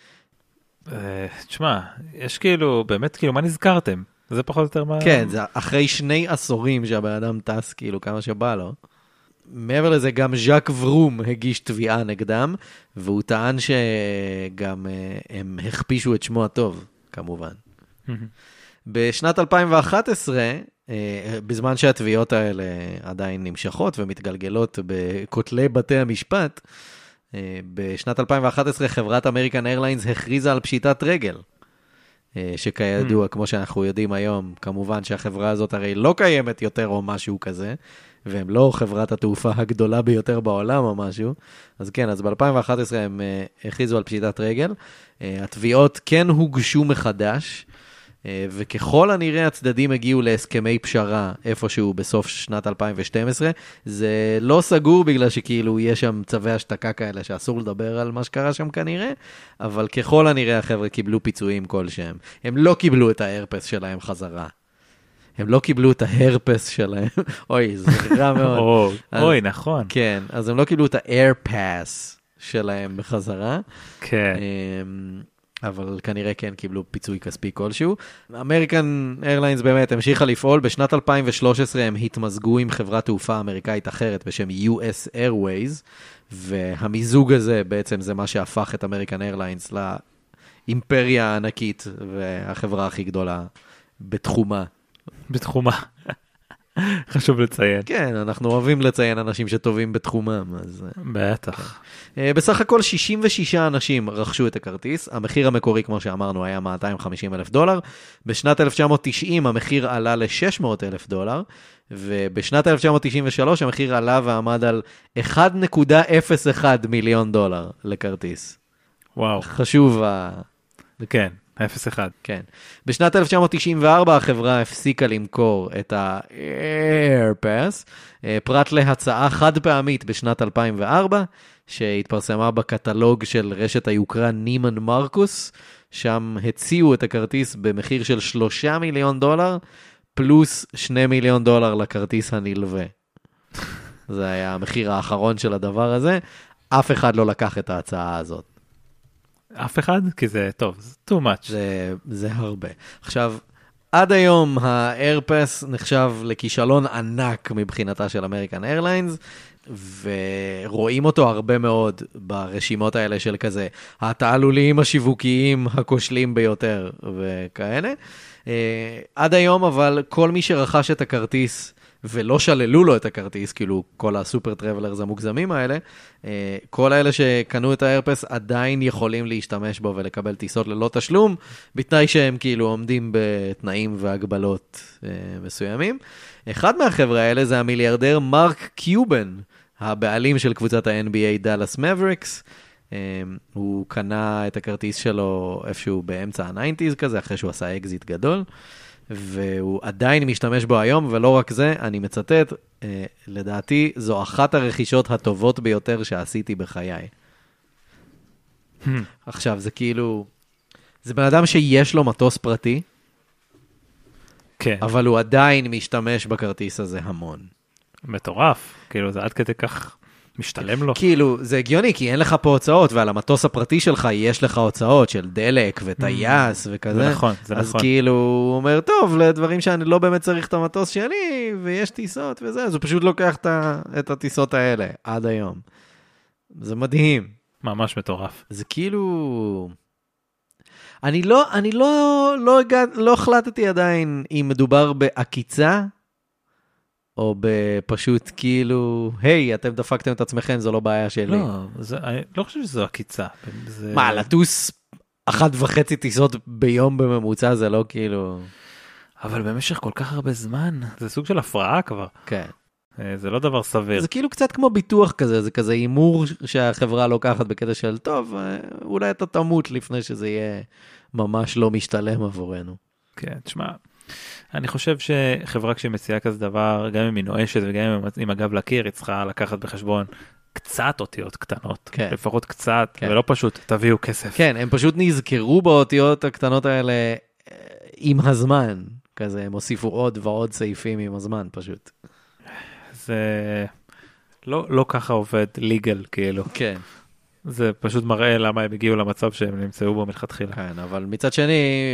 תשמע, יש כאילו, באמת כאילו, מה נזכרתם? זה פחות או יותר מה... כן, זה אחרי 2 עשורים שהבן אדם טס, כאילו, כמה שבא לו. מעבר לזה, גם ז'אק ורום הגיש תביעה נגדם, והוא טען שגם הם הכפישו את שמו הטוב, כמובן. בשנת 2011, בזמן שהתביעות האלה עדיין נמשכות ומתגלגלות בכותלי בתי המשפט, בשנת 2011 חברת אמריקן איירליינס הכריזה על פשיטת רגל. שכידוע, כמו שאנחנו יודעים היום, כמובן שהחברה הזאת הרי לא קיימת יותר או משהו כזה, והם לא חברת התעופה הגדולה ביותר בעולם או משהו. אז כן, אז ב-2011 הם הכריזו על פשיטת רגל. התביעות כן הוגשו מחדש, וככל הנראה הצדדים הגיעו להסכמי פשרה איפשהו בסוף שנת 2012. זה לא סגור בגלל שכאילו יש שם צווי השתקה כאלה שאסור לדבר על מה שקרה שם כנראה, אבל ככל הנראה החבר'ה קיבלו פיצויים כלשהם. הם לא קיבלו את ההרפס שלהם חזרה. הם לא קיבלו את ההרפס שלהם. אוי, זה רע מאוד. אוי, נכון. כן, אז הם לא קיבלו את האיירפס שלהם בחזרה. כן. אבל כנראה כן קיבלו פיצוי כספי כלשהו. אמריקן איירליינס באמת המשיכה לפעול. בשנת 2013 הם התמזגו עם חברת תעופה אמריקאית אחרת בשם US Airways, והמיזוג הזה בעצם זה מה שהפך את אמריקן איירליינס לאימפריה הענקית והחברה הכי גדולה בתחומה. בתחומה. חשוב לציין. כן, אנחנו אוהבים לציין אנשים שטובים בתחומם. אז... בטח. בסך הכל 66 אנשים רכשו את הכרטיס. המחיר המקורי, כמו שאמרנו, היה $250,000. בשנת 1990 המחיר עלה ל$600,000, ובשנת 1993 המחיר עלה ועמד על $1.01 מיליון לכרטיס. וואו. חשוב. כן. 0-1. כן. בשנת 1994 החברה הפסיקה למכור את ה-AirPass, פרט להצעה חד פעמית בשנת 2004, שהתפרסמה בקטלוג של רשת היוקרה נימן מרקוס, שם הציעו את הכרטיס במחיר של $3 מיליון, פלוס $2 מיליון לכרטיס הנלווה. זה היה המחיר האחרון של הדבר הזה. אף אחד לא לקח את ההצעה הזאת. אף אחד? כי זה טוב, זה too much. זה הרבה. עכשיו, עד היום ה-AirPass נחשב לכישלון ענק מבחינתה של אמריקן איירליינס, ורואים אותו הרבה מאוד ברשימות האלה של כזה, התעלולים השיווקיים הכושלים ביותר וכאלה. עד היום אבל כל מי שרכש את הכרטיס, ולא שללו לו את הכרטיס, כאילו כל הסופר טרבלרס המוגזמים האלה, כל האלה שקנו את האיירפס עדיין יכולים להשתמש בו ולקבל טיסות ללא תשלום, בתנאי שהם כאילו עומדים בתנאים והגבלות מסוימים. אחד מהחבר'ה האלה זה המיליארדר מרק קיובן, הבעלים של קבוצת ה-NBA דאלאס מבריקס. הוא קנה את הכרטיס שלו איפשהו באמצע ה-90s כזה, אחרי שהוא עשה אקזיט גדול. והוא עדיין משתמש בו היום, ולא רק זה, אני מצטט, לדעתי, זו אחת הרכישות הטובות ביותר שעשיתי בחיי. עכשיו, זה כאילו, זה בן אדם שיש לו מטוס פרטי, כן. אבל הוא עדיין משתמש בכרטיס הזה המון. מטורף, כאילו זה עד כדי כך משתלם לו. כאילו, זה הגיוני, כי אין לך פה הוצאות, ועל המטוס הפרטי שלך יש לך הוצאות של דלק וטייס וכזה. זה נכון, זה נכון. אז כאילו, הוא אומר, טוב, לדברים שאני לא באמת צריך את המטוס שלי, ויש טיסות וזה, אז הוא פשוט לוקח את הטיסות האלה, עד היום. זה מדהים. ממש מטורף. זה כאילו... אני לא החלטתי עדיין אם מדובר בעקיצה, או בפשוט כאילו, היי, אתם דפקתם את עצמכם, זו לא בעיה שלי. לא, אני לא חושב שזו עקיצה. מה, לטוס 1.5 טיסות ביום בממוצע, זה לא כאילו... אבל במשך כל כך הרבה זמן, זה סוג של הפרעה כבר. כן. זה לא דבר סביר. זה כאילו קצת כמו ביטוח כזה, זה כזה אימור שהחברה לוקחת בקטע של, טוב, אולי אתה תמות לפני שזה יהיה ממש לא משתלם עבורנו. כן, תשמע, אני חושב שחברה כשמציעה כזה דבר, גם אם היא נואשת וגם אם הגב לקיר, היא צריכה לקחת בחשבון קצת אותיות קטנות, כן. לפחות קצת, כן. ולא פשוט תביאו כסף. כן, הם פשוט נזכרו באותיות הקטנות האלה עם הזמן, כזה, הם הוסיפו עוד ועוד סעיפים עם הזמן פשוט. זה לא ככה עובד ליגל כאילו. כן. זה פשוט מראה למה הם הגיעו למצב שהם נמצאו בו מלכתחילה. כן, אבל מצד שני,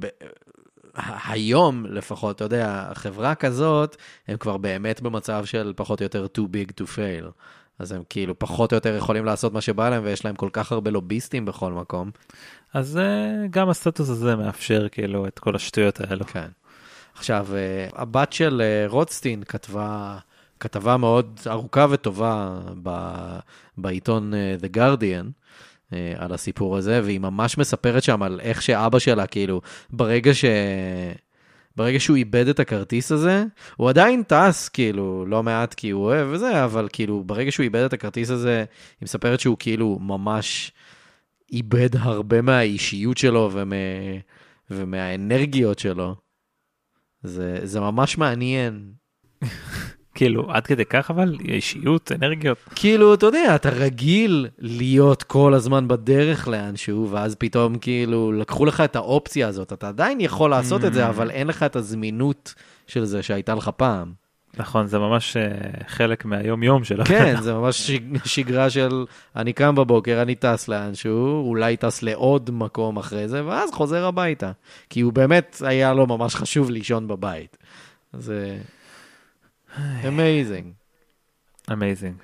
היום לפחות, אתה יודע, חברה כזאת, הם כבר באמת במצב של פחות או יותר too big to fail. אז הם כאילו פחות או יותר יכולים לעשות מה שבא להם, ויש להם כל כך הרבה לוביסטים בכל מקום. אז גם הסטטוס הזה מאפשר כאילו את כל השטויות האלו. כן. עכשיו, הבת של רוטסטין כתבה כתבה מאוד ארוכה וטובה בעיתון The Guardian, על הסיפור הזה, והיא ממש מספרת שם על איך שאבא שלה, כאילו, ברגע שהוא איבד את הכרטיס הזה, הוא עדיין טס, כאילו, לא מעט כי הוא אוהב וזה, אבל כאילו, ברגע שהוא איבד את הכרטיס הזה, היא מספרת שהוא כאילו ממש איבד הרבה מהאישיות שלו ומהאנרגיות שלו. זה ממש מעניין. כאילו, עד כדי כך אבל, אישיות, אנרגיות. כאילו, אתה יודע, אתה רגיל להיות כל הזמן בדרך לאנשהו, ואז פתאום כאילו לקחו לך את האופציה הזאת. אתה עדיין יכול לעשות את זה, אבל אין לך את הזמינות של זה שהייתה לך פעם. נכון, זה ממש חלק מהיום-יום שלו. כן, זה ממש שגרה של, אני קם בבוקר, אני טס לאנשהו, אולי טס לעוד מקום אחרי זה, ואז חוזר הביתה. כי הוא באמת היה לו ממש חשוב לישון בבית. זה amazing. amazing.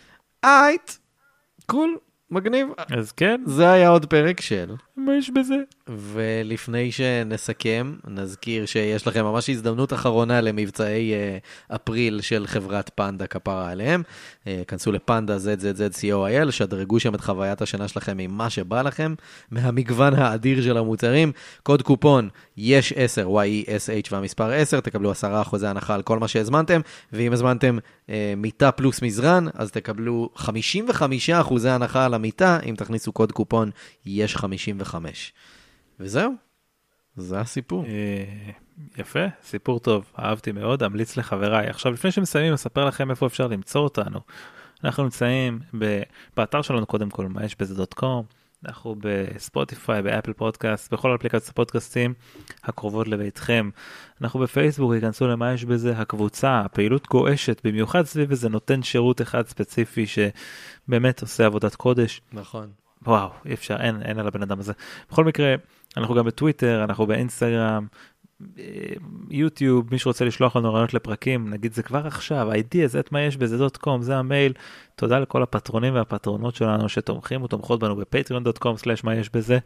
קול, מגניב. אז כן. זה היה עוד פרק של. מה יש בזה? ולפני שנסכם, נזכיר שיש לכם ממש הזדמנות אחרונה למבצעי אפריל של חברת פנדה כפרה עליהם. כנסו לפנדה ZZZ.co.il, שדרגו שם את חוויית השנה שלכם ממה שבא לכם, מהמגוון האדיר של המוצרים. קוד קופון יש 10, YESH והמספר 10, תקבלו 10% הנחה על כל מה שהזמנתם, ואם הזמנתם מיטה פלוס מזרן, אז תקבלו 55% הנחה על המיטה, אם תכניסו קוד קופון יש 55. וזהו, זה הסיפור. יפה, סיפור טוב, אהבתי מאוד, אמליץ לחבריי. עכשיו, לפני שמסיימים, אספר לכם איפה אפשר למצוא אותנו. אנחנו נמצאים באתר שלנו קודם כל, מה יש בזה.com, אנחנו בספוטיפיי, באפל פודקאסט, בכל אפליקציות הפודקאסטים הקרובות לביתכם. אנחנו בפייסבוק, ייכנסו למה יש בזה, הקבוצה, הפעילות גואשת, במיוחד סביב איזה נותן שירות אחד ספציפי שבאמת עושה עבודת קודש. נכון. וואו, אי אפשר, אין על הבן אדם הזה. בכל מקרה, אנחנו גם בטוויטר, אנחנו באינסטגרם, יוטיוב, מי שרוצה לשלוח לנו רעיונות לפרקים, נגיד זה כבר עכשיו, ideas@myesbeze.com, זה המייל. תודה לכל הפטרונים והפטרונות שלנו שתומכים ותומכות בנו בפטריון.com/myesbeze.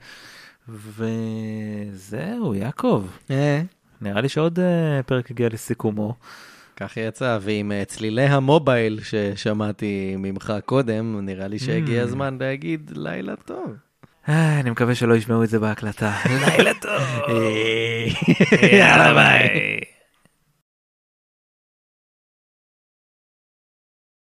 וזהו, יעקב. נראה לי שעוד פרק הגיע לסיכומו. כך יצא, ועם צלילי המובייל ששמעתי ממך קודם, נראה לי שהגיע הזמן להגיד לילה טוב. אני מקווה שלא ישמעו את זה בהקלטה. לילה טוב. יאללה ביי.